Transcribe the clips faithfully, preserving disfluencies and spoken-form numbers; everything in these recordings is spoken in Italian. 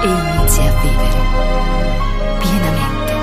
e inizi a vivere pienamente.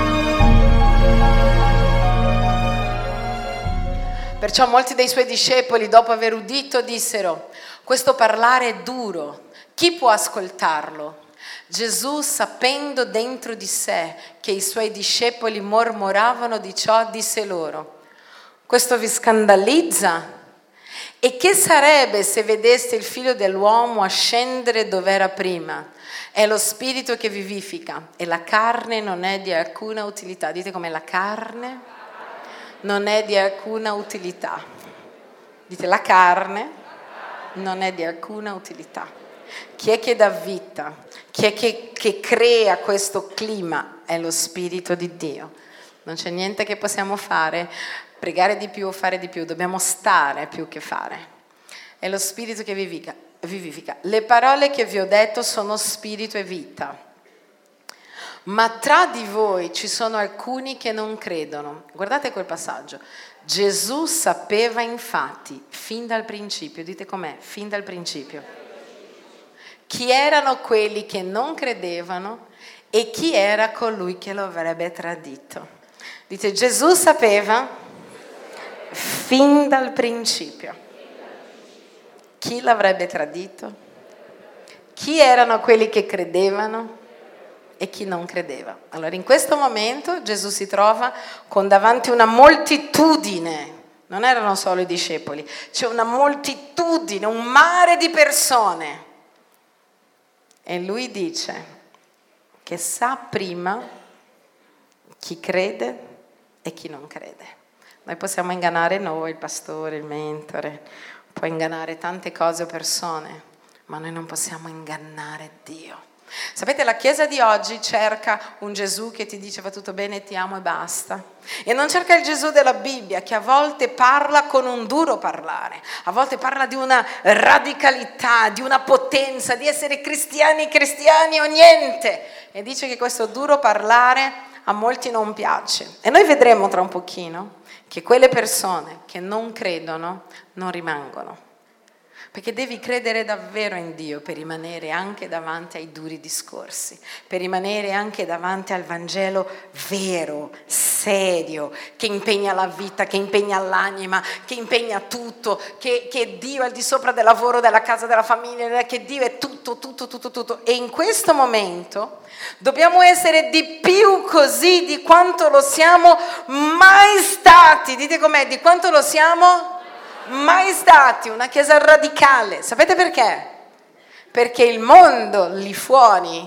Perciò molti dei suoi discepoli, dopo aver udito, dissero: questo parlare è duro, chi può ascoltarlo? Gesù, sapendo dentro di sé che i suoi discepoli mormoravano di ciò, disse loro: questo vi scandalizza? E che sarebbe se vedeste il figlio dell'uomo ascendere dove era prima? È lo spirito che vivifica e la carne non è di alcuna utilità. Dite come la carne non è di alcuna utilità. Dite la carne non è di alcuna utilità. Chi è che dà vita? Chi è che, che crea questo clima? È lo Spirito di Dio. Non c'è niente che possiamo fare, pregare di più o fare di più, dobbiamo stare più che fare. È lo Spirito che vivifica. vivifica. Le parole che vi ho detto sono spirito e vita. Ma tra di voi ci sono alcuni che non credono. Guardate quel passaggio. Gesù sapeva infatti, fin dal principio, dite com'è, fin dal principio, chi erano quelli che non credevano e chi era colui che lo avrebbe tradito. Dite, Gesù sapeva fin dal principio chi l'avrebbe tradito, chi erano quelli che credevano e chi non credeva. Allora in questo momento Gesù si trova con davanti una moltitudine, non erano solo i discepoli, c'è una moltitudine, un mare di persone. E lui dice che sa prima chi crede e chi non crede. Noi possiamo ingannare noi, il pastore, il mentore, può ingannare tante cose o persone, ma noi non possiamo ingannare Dio. Sapete, la Chiesa di oggi cerca un Gesù che ti dice va tutto bene, ti amo e basta. E non cerca il Gesù della Bibbia, che a volte parla con un duro parlare, a volte parla di una radicalità, di una potenza, di essere cristiani, cristiani o niente. E dice che questo duro parlare a molti non piace. E noi vedremo tra un pochino che quelle persone che non credono non rimangono. Perché devi credere davvero in Dio per rimanere anche davanti ai duri discorsi, per rimanere anche davanti al Vangelo vero, serio, che impegna la vita, che impegna l'anima, che impegna tutto, che, che Dio è al di sopra del lavoro, della casa, della famiglia, che Dio è tutto, tutto, tutto, tutto. E in questo momento dobbiamo essere di più così di quanto lo siamo mai stati. Dite com'è, di quanto lo siamo mai stati, una chiesa radicale. Sapete perché? Perché il mondo lì fuori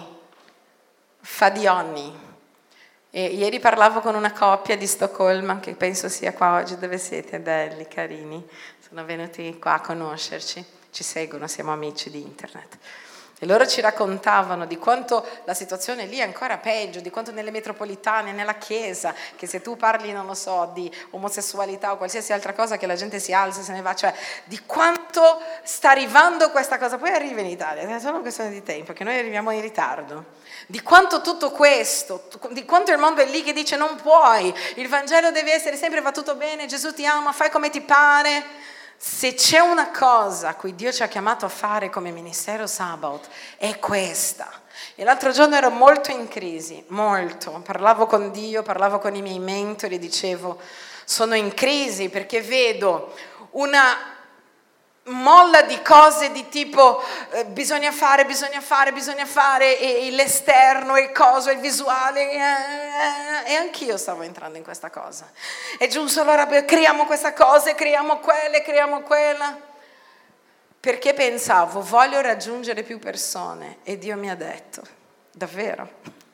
fa di ogni. E ieri parlavo con una coppia di Stoccolma, che penso sia qua oggi, dove siete, belli, carini, sono venuti qua a conoscerci, ci seguono, siamo amici di internet. E loro ci raccontavano di quanto la situazione lì è ancora peggio, di quanto nelle metropolitane, nella chiesa, che se tu parli, non lo so, di omosessualità o qualsiasi altra cosa, che la gente si alza e se ne va, cioè di quanto sta arrivando questa cosa. Poi arriva in Italia, è solo una questione di tempo, che noi arriviamo in ritardo. Di quanto tutto questo, di quanto il mondo è lì che dice non puoi, il Vangelo deve essere sempre va tutto bene, Gesù ti ama, fai come ti pare. Se c'è una cosa a cui Dio ci ha chiamato a fare come ministero Sabaoth è questa. E l'altro giorno ero molto in crisi, molto. Parlavo con Dio, parlavo con i miei mentori e dicevo sono in crisi perché vedo una molla di cose di tipo eh, bisogna fare, bisogna fare, bisogna fare e, e l'esterno, il coso, il visuale eh, eh, e anch'io stavo entrando in questa cosa. È giusto, allora creiamo questa cosa, creiamo quella, creiamo quella, perché pensavo voglio raggiungere più persone e Dio mi ha detto davvero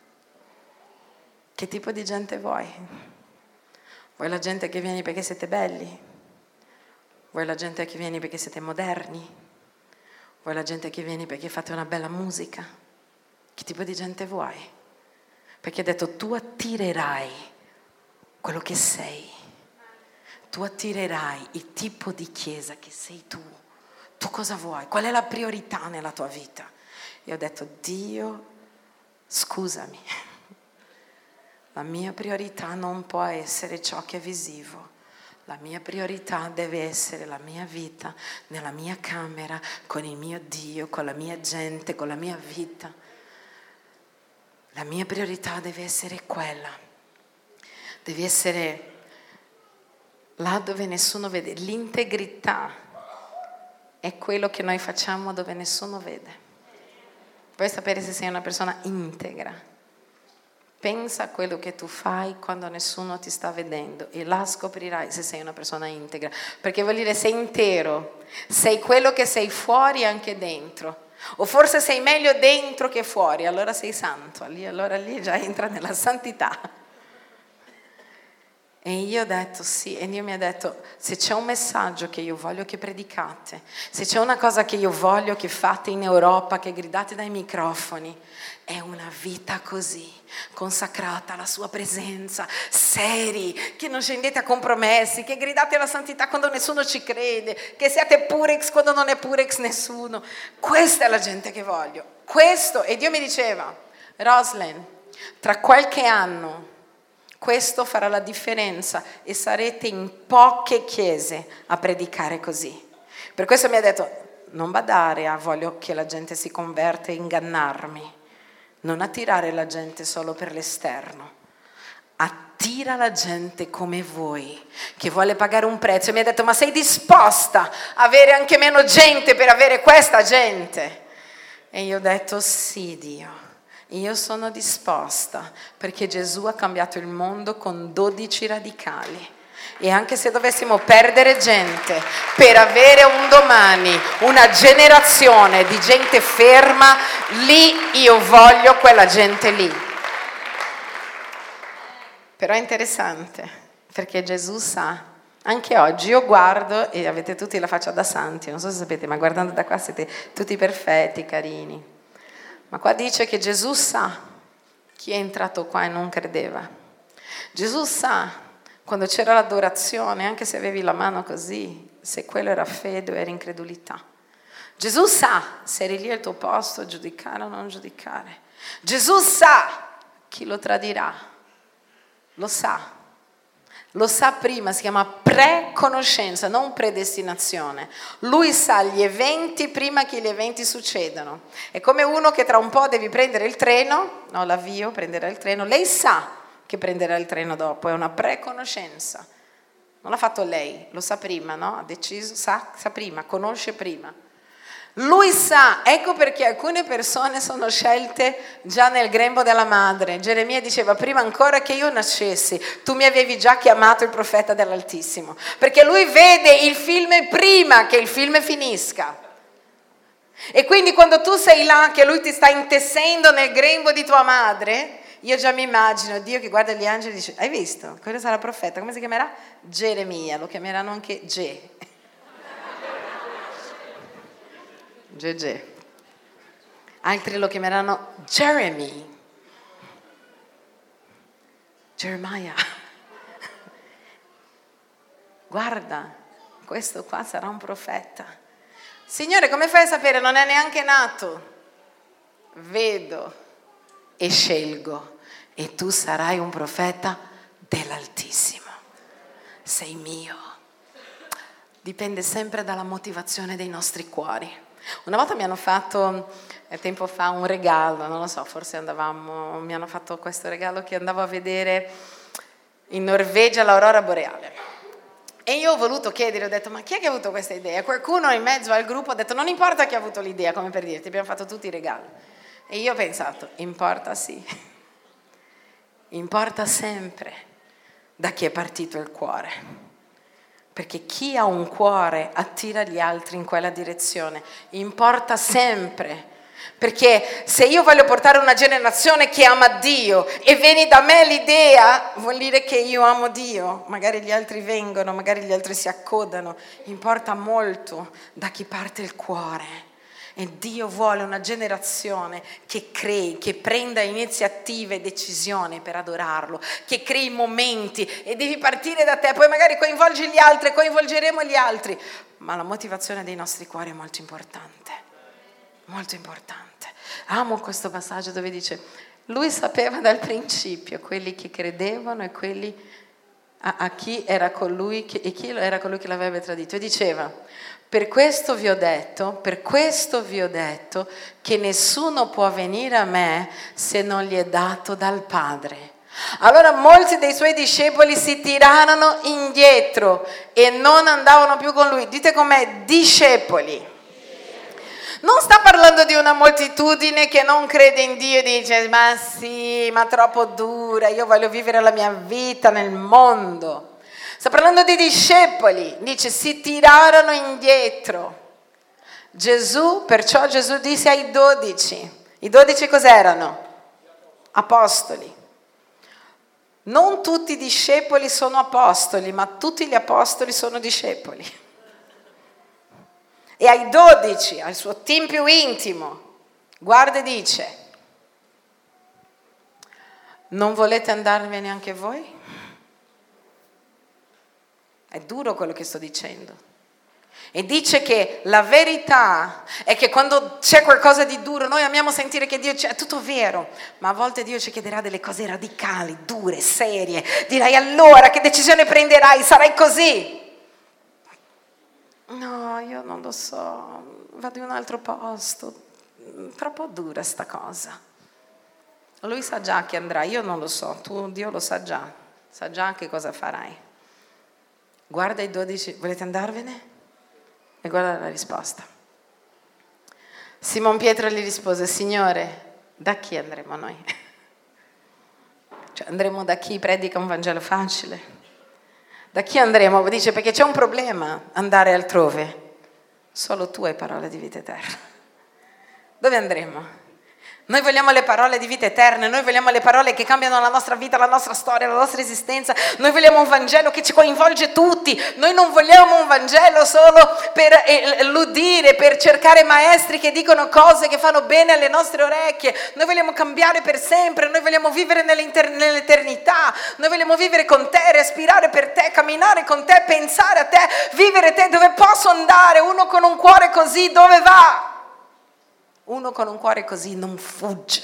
che tipo di gente vuoi? Vuoi la gente che viene perché siete belli? Vuoi la gente che viene perché siete moderni? Vuoi la gente che viene perché fate una bella musica? Che tipo di gente vuoi? Perché ha detto tu attirerai quello che sei. Tu attirerai il tipo di chiesa che sei tu. Tu cosa vuoi? Qual è la priorità nella tua vita? E ho detto Dio, scusami. La mia priorità non può essere ciò che è visivo. La mia priorità deve essere la mia vita nella mia camera, con il mio Dio, con la mia gente, con la mia vita. La mia priorità deve essere quella. Deve essere là dove nessuno vede. L'integrità è quello che noi facciamo dove nessuno vede. Vuoi sapere se sei una persona integra? Pensa a quello che tu fai quando nessuno ti sta vedendo e là scoprirai se sei una persona integra. Perché vuol dire sei intero, sei quello che sei fuori anche dentro. O forse sei meglio dentro che fuori, allora sei santo, allora lì già entra nella santità. E io ho detto sì, e Dio mi ha detto, se c'è un messaggio che io voglio che predicate, se c'è una cosa che io voglio che fate in Europa, che gridate dai microfoni, è una vita così, consacrata alla sua presenza, seri, che non scendete a compromessi, che gridate alla santità quando nessuno ci crede, che siate purex quando non è purex nessuno. Questa è la gente che voglio, questo. E Dio mi diceva, Roslyn, tra qualche anno questo farà la differenza e sarete in poche chiese a predicare così. Per questo mi ha detto, non badare a voglio che la gente si converte e ingannarmi, non attirare la gente solo per l'esterno, attira la gente come voi che vuole pagare un prezzo. E mi ha detto, ma sei disposta a avere anche meno gente per avere questa gente? E io ho detto, sì Dio. Io sono disposta, perché Gesù ha cambiato il mondo con dodici radicali. E anche se dovessimo perdere gente per avere un domani, una generazione di gente ferma, lì io voglio quella gente lì. Però è interessante, perché Gesù sa, anche oggi io guardo, e avete tutti la faccia da santi, non so se sapete, ma guardando da qua siete tutti perfetti, carini. Ma qua dice che Gesù sa chi è entrato qua e non credeva. Gesù sa, quando c'era l'adorazione, anche se avevi la mano così, se quello era fede o era incredulità. Gesù sa se eri lì al tuo posto a giudicare o non giudicare. Gesù sa chi lo tradirà. Lo sa. Lo sa prima, si chiama preconoscenza, non predestinazione. Lui sa gli eventi prima che gli eventi succedano. È come uno che tra un po' devi prendere il treno, no, l'avvio, prenderà il treno, lei sa che prenderà il treno dopo, è una preconoscenza. Non l'ha fatto lei, lo sa prima, no? Ha deciso, sa, sa prima, conosce prima. Lui sa, ecco perché alcune persone sono scelte già nel grembo della madre. Geremia diceva, prima ancora che io nascessi, tu mi avevi già chiamato il profeta dell'Altissimo. Perché lui vede il film prima che il film finisca. E quindi quando tu sei là, che lui ti sta intessendo nel grembo di tua madre, io già mi immagino Dio che guarda gli angeli e dice, hai visto? Quello sarà profeta, come si chiamerà? Geremia, lo chiameranno anche Ge. Gegè. Altri lo chiameranno Jeremy, Jeremiah. Guarda, questo qua sarà un profeta. Signore, come fai a sapere? Non è neanche nato. Vedo e scelgo, e tu sarai un profeta dell'Altissimo. Sei mio. Dipende sempre dalla motivazione dei nostri cuori. Una volta mi hanno fatto, eh, tempo fa, un regalo, non lo so, forse andavamo, mi hanno fatto questo regalo che andavo a vedere in Norvegia l'aurora boreale. E io ho voluto chiedere, ho detto, ma chi è che ha avuto questa idea? Qualcuno in mezzo al gruppo ha detto, non importa chi ha avuto l'idea, come per dirti, abbiamo fatto tutti i regali. E io ho pensato, importa sì, importa sempre da chi è partito il cuore. Perché chi ha un cuore attira gli altri in quella direzione. Importa sempre. Perché se io voglio portare una generazione che ama Dio e vieni da me l'idea, vuol dire che io amo Dio. Magari gli altri vengono, magari gli altri si accodano. Importa molto da chi parte il cuore. E Dio vuole una generazione che crei, che prenda iniziative e decisioni per adorarlo, che crei momenti, e devi partire da te, poi magari coinvolgi gli altri, coinvolgeremo gli altri, ma la motivazione dei nostri cuori è molto importante, molto importante. Amo questo passaggio dove dice, lui sapeva dal principio quelli che credevano e quelli a, a chi era colui che, e chi era colui che l'avrebbe tradito, e diceva, per questo vi ho detto, per questo vi ho detto che nessuno può venire a me se non gli è dato dal Padre. Allora molti dei suoi discepoli si tirarono indietro e non andavano più con lui. Dite com'è, discepoli. Non sta parlando di una moltitudine che non crede in Dio e dice ma sì, ma troppo dura, io voglio vivere la mia vita nel mondo. Sta parlando di discepoli, dice si tirarono indietro. Gesù, perciò Gesù disse ai dodici, i dodici cos'erano? Apostoli. Non tutti i discepoli sono apostoli, ma tutti gli apostoli sono discepoli. E ai dodici, al suo team più intimo, guarda e dice, non volete andarvene anche voi? È duro quello che sto dicendo. E dice che la verità è che quando c'è qualcosa di duro, noi amiamo sentire che Dio c'è, è tutto vero, ma a volte Dio ci chiederà delle cose radicali, dure, serie. Dirai allora che decisione prenderai? Sarai così? No, io non lo so, vado in un altro posto, troppo dura sta cosa. Lui sa già che andrà, io non lo so, tu Dio lo sa già, sa già che cosa farai. Guarda i dodici, volete andarvene? E guarda la risposta. Simon Pietro gli rispose, Signore, da chi andremo noi? Cioè andremo da chi predica un Vangelo facile? Da chi andremo? Dice perché c'è un problema andare altrove. Solo tu hai parole di vita eterna. Dove andremo? Noi vogliamo le parole di vita eterna, noi vogliamo le parole che cambiano la nostra vita, la nostra storia, la nostra esistenza. Noi vogliamo un Vangelo che ci coinvolge tutti. Noi non vogliamo un Vangelo solo per l'udire, per cercare maestri che dicono cose che fanno bene alle nostre orecchie. Noi vogliamo cambiare per sempre, noi vogliamo vivere nell'eternità. Noi vogliamo vivere con te, respirare per te, camminare con te, pensare a te, vivere te. Dove posso andare? Uno con un cuore così, dove va? Uno con un cuore così non fugge.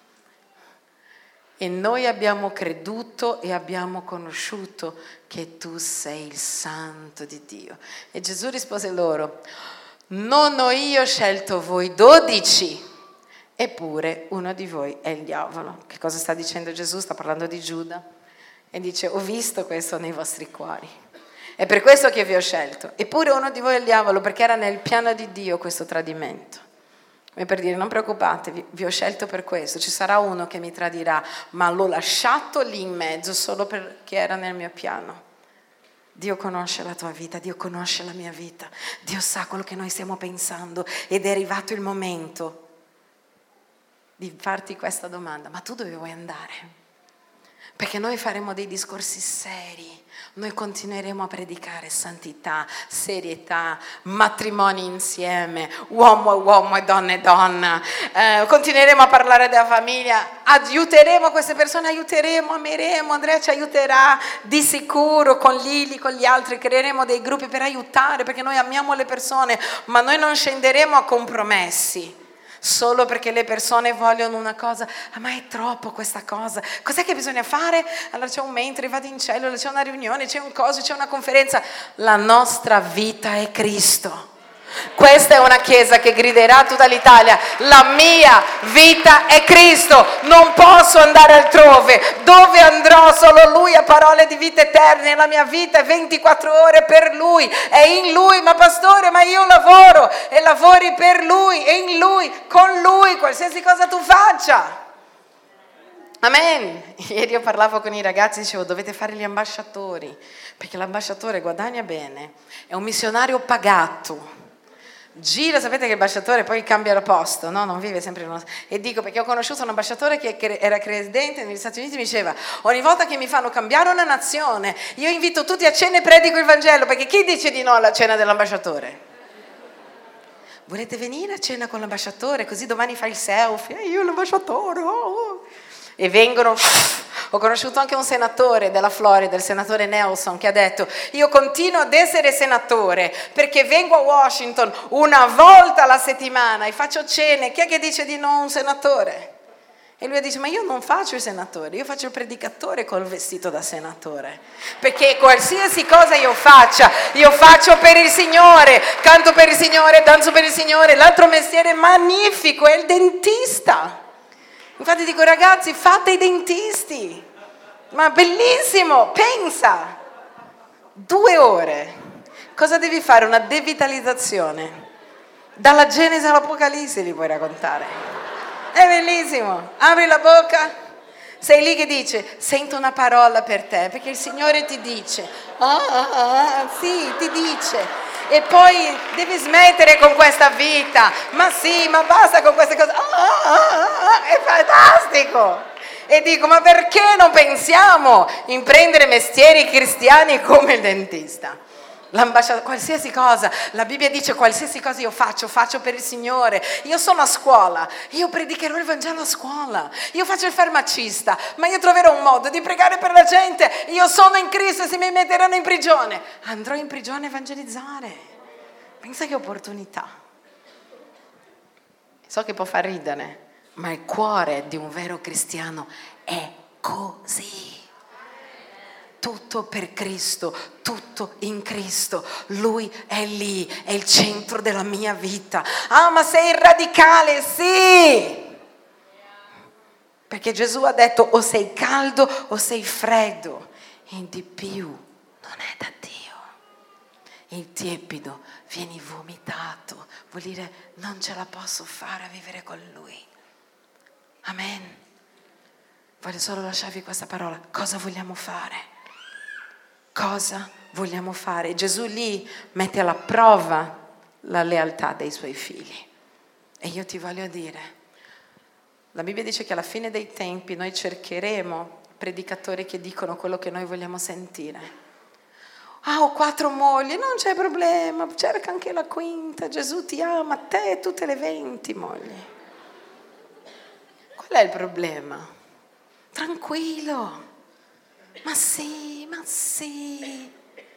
E noi abbiamo creduto e abbiamo conosciuto che tu sei il Santo di Dio. E Gesù rispose loro, non ho io scelto voi dodici, eppure uno di voi è il diavolo. Che cosa sta dicendo Gesù? Sta parlando di Giuda. E dice, ho visto questo nei vostri cuori. È per questo che vi ho scelto. Eppure uno di voi è il diavolo, perché era nel piano di Dio questo tradimento. Come per dire, non preoccupatevi, vi ho scelto per questo, ci sarà uno che mi tradirà, ma l'ho lasciato lì in mezzo solo perché era nel mio piano. Dio conosce la tua vita, Dio conosce la mia vita, Dio sa quello che noi stiamo pensando ed è arrivato il momento di farti questa domanda, ma tu dove vuoi andare? Perché noi faremo dei discorsi seri, noi continueremo a predicare santità, serietà, matrimoni insieme, uomo e uomo e donna e donna, eh, continueremo a parlare della famiglia, aiuteremo queste persone, aiuteremo, ameremo, Andrea ci aiuterà di sicuro con Lili, con gli altri, creeremo dei gruppi per aiutare perché noi amiamo le persone, ma noi non scenderemo a compromessi. Solo perché le persone vogliono una cosa, ah, ma è troppo questa cosa, cos'è che bisogna fare? Allora c'è un mentre, vado in cellula, c'è una riunione, c'è un coso, c'è una conferenza. La nostra vita è Cristo. Questa è una chiesa che griderà a tutta l'Italia, la mia vita è Cristo, non posso andare altrove, dove andrò? Solo Lui ha parole di vita eterna e la mia vita è ventiquattro ore per Lui, è in Lui, ma pastore, ma io lavoro e lavori per Lui, è in Lui, con Lui, qualsiasi cosa tu faccia. Amen. Ieri io parlavo con i ragazzi, dicevo dovete fare gli ambasciatori, perché l'ambasciatore guadagna bene, è un missionario pagato. Gira, sapete che l'ambasciatore poi cambia il posto, no? Non vive sempre in uno... E dico perché ho conosciuto un ambasciatore che era credente negli Stati Uniti, mi diceva ogni volta che mi fanno cambiare una nazione io invito tutti a cena e predico il Vangelo, perché chi dice di no alla cena dell'ambasciatore? Volete venire a cena con l'ambasciatore così domani fai il selfie, eh, io l'ambasciatore, oh. E vengono... Ho conosciuto anche un senatore della Florida, il senatore Nelson, che ha detto io continuo ad essere senatore perché vengo a Washington una volta alla settimana e faccio cene, chi è che dice di no a un senatore? E lui dice ma io non faccio il senatore, io faccio il predicatore col vestito da senatore, perché qualsiasi cosa io faccia, io faccio per il Signore, canto per il Signore, danzo per il Signore. L'altro mestiere magnifico è il dentista. Infatti dico, ragazzi, fate i dentisti. Ma bellissimo, pensa. Due ore. Cosa devi fare? Una devitalizzazione. Dalla Genesi all'Apocalisse li puoi raccontare. È bellissimo. Apri la bocca, sei lì che dice, sento una parola per te, perché il Signore ti dice, ah, ah, ah, sì, ti dice. E poi devi smettere con questa vita, ma sì, ma basta con queste cose, ah, ah, ah, è fantastico. E dico, ma perché non pensiamo in prendere mestieri cristiani come il dentista? L'ambasciatore, qualsiasi cosa, la Bibbia dice qualsiasi cosa io faccio, faccio per il Signore. Io sono a scuola, io predicherò il Vangelo a scuola, io faccio il farmacista, ma io troverò un modo di pregare per la gente. Io sono in Cristo e se mi metteranno in prigione, andrò in prigione a evangelizzare. Pensa che opportunità. So che può far ridere, ma il cuore di un vero cristiano è così. Tutto per Cristo, tutto in Cristo, Lui è lì, è il centro della mia vita. Ah, ma sei radicale, sì! Perché Gesù ha detto o sei caldo o sei freddo, e di più non è da Dio. Il tiepido vieni vomitato, vuol dire non ce la posso fare a vivere con Lui. Amen. Voglio solo lasciarvi questa parola. Cosa vogliamo fare? Cosa vogliamo fare? Gesù lì mette alla prova la lealtà dei suoi figli. E io ti voglio dire, la Bibbia dice che alla fine dei tempi noi cercheremo predicatori che dicono quello che noi vogliamo sentire. Ah, ho quattro mogli, non c'è problema, cerca anche la quinta, Gesù ti ama, te e tutte le venti mogli. Qual è il problema? Tranquillo. Ma sì, ma sì.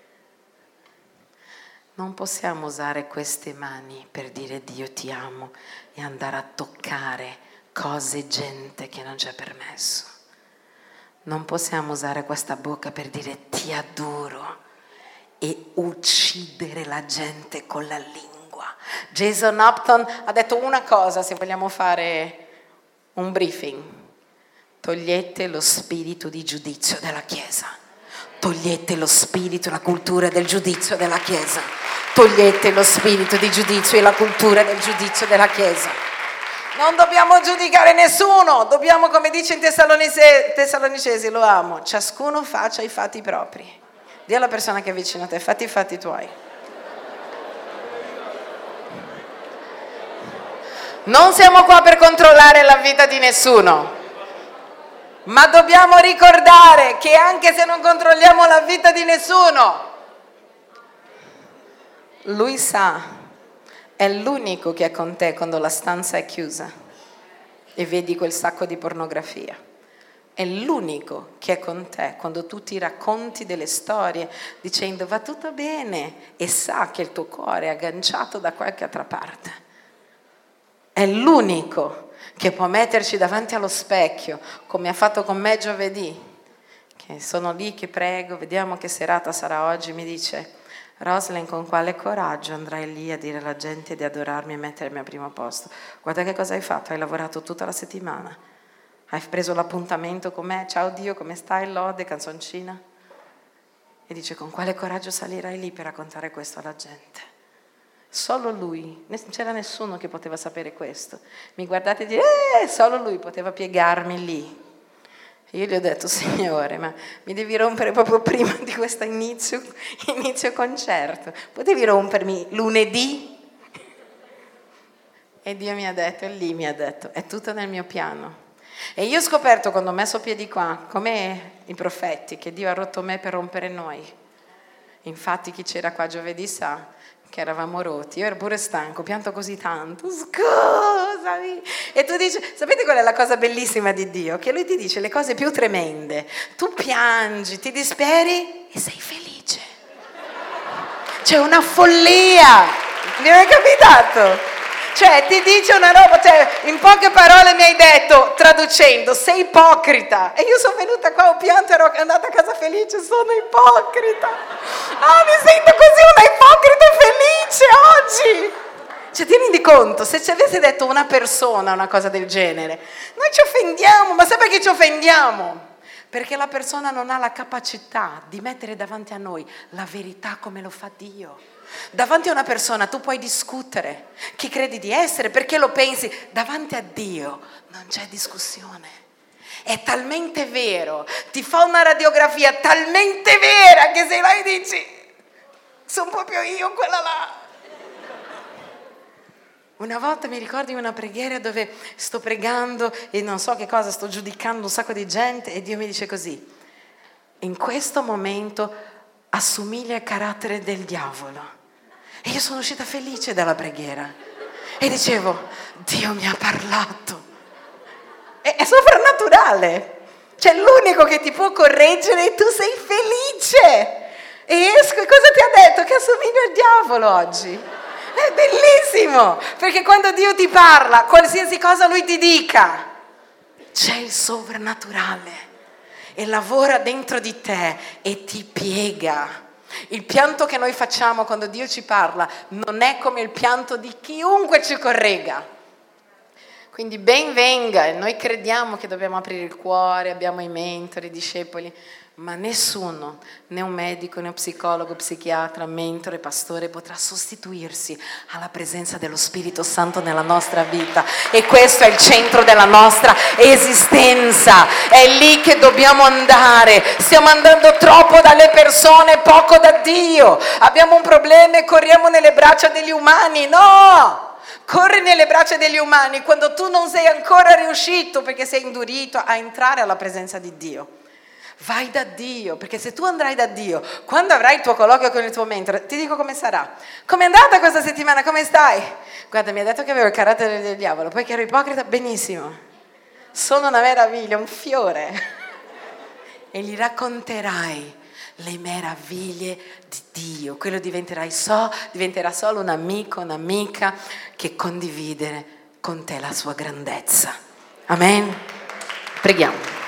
Non possiamo usare queste mani per dire Dio ti amo e andare a toccare cose e gente che non c'è permesso. Non possiamo usare questa bocca per dire ti adoro e uccidere la gente con la lingua. Jason Upton ha detto una cosa, se vogliamo fare un briefing. Togliete lo spirito di giudizio della Chiesa. Togliete lo spirito e la cultura del giudizio della Chiesa. Togliete lo spirito di giudizio e la cultura del giudizio della Chiesa. Non dobbiamo giudicare nessuno. Dobbiamo, come dice in Tessalonicesi, Tessalonicesi lo amo, ciascuno faccia i fatti propri. Dì alla persona che è vicino a te, fatti i fatti tuoi. Non siamo qua per controllare la vita di nessuno. Ma dobbiamo ricordare che anche se non controlliamo la vita di nessuno, Lui sa, è l'unico che è con te quando la stanza è chiusa e vedi quel sacco di pornografia. È l'unico che è con te quando tu ti racconti delle storie dicendo va tutto bene e sa che il tuo cuore è agganciato da qualche altra parte. È l'unico che può metterci davanti allo specchio, come ha fatto con me giovedì, che sono lì che prego, vediamo che serata sarà oggi, mi dice Rosalind, con quale coraggio andrai lì a dire alla gente di adorarmi e mettermi al primo posto? Guarda che cosa hai fatto, hai lavorato tutta la settimana, hai preso l'appuntamento con me, ciao Dio, come stai, lode, canzoncina? E dice, con quale coraggio salirai lì per raccontare questo alla gente? Solo lui, non c'era nessuno che poteva sapere questo. Mi guardate e dire, eh, solo lui poteva piegarmi lì. E io gli ho detto, Signore, ma mi devi rompere proprio prima di questo inizio, inizio concerto. Potevi rompermi lunedì? E Dio mi ha detto, e lì mi ha detto, è tutto nel mio piano. E io ho scoperto quando ho messo piedi qua, come i profeti, che Dio ha rotto me per rompere noi. Infatti chi c'era qua giovedì sa che eravamo rotti, io ero pure stanco, ho pianto così tanto, scusami. E tu dici, sapete qual è la cosa bellissima di Dio? Che Lui ti dice le cose più tremende. Tu piangi, ti disperi e sei felice. C'è una follia. Mi è capitato? Cioè ti dice una roba, cioè in poche parole mi hai detto, traducendo, sei ipocrita. E io sono venuta qua, ho pianto, ero andata a casa felice, sono ipocrita. Ah, mi sento così una ipocrita felice oggi. Cioè, ti rendi conto, se ci avesse detto una persona una cosa del genere, noi ci offendiamo, ma sai perché ci offendiamo? Perché la persona non ha la capacità di mettere davanti a noi la verità come lo fa Dio. Davanti a una persona tu puoi discutere chi credi di essere, perché lo pensi, davanti a Dio non c'è discussione. È talmente vero, ti fa una radiografia talmente vera che se lei dici, sono proprio io quella là. Una volta mi ricordo di una preghiera dove sto pregando e non so che cosa, sto giudicando un sacco di gente e Dio mi dice così: in questo momento assomiglia al carattere del diavolo. E io sono uscita felice dalla preghiera e dicevo, Dio mi ha parlato. È, è soprannaturale, cioè l'unico che ti può correggere e tu sei felice. E esco e cosa ti ha detto? Che assomiglia al diavolo oggi. È bellissimo, perché quando Dio ti parla, qualsiasi cosa Lui ti dica, c'è il sovrannaturale e lavora dentro di te e ti piega. Il pianto che noi facciamo quando Dio ci parla non è come il pianto di chiunque ci corregga. Quindi ben venga, e noi crediamo che dobbiamo aprire il cuore, abbiamo i mentori, i discepoli, ma nessuno, né un medico, né un psicologo, psichiatra, mentore, pastore potrà sostituirsi alla presenza dello Spirito Santo nella nostra vita, e questo è il centro della nostra esistenza, è lì che dobbiamo andare. Stiamo andando troppo dalle persone, poco da Dio. Abbiamo un problema e corriamo nelle braccia degli umani. No! Corri nelle braccia degli umani quando tu non sei ancora riuscito, perché sei indurito a entrare alla presenza di Dio. Vai da Dio, perché se tu andrai da Dio, quando avrai il tuo colloquio con il tuo mentore, ti dico come sarà. Come è andata questa settimana? Come stai? Guarda, mi ha detto che avevo il carattere del diavolo, poi che ero ipocrita, benissimo. Sono una meraviglia, un fiore. E gli racconterai le meraviglie di Dio. Quello diventerai so, diventerà solo un amico, un'amica che condivide con te la sua grandezza. Amen. Preghiamo.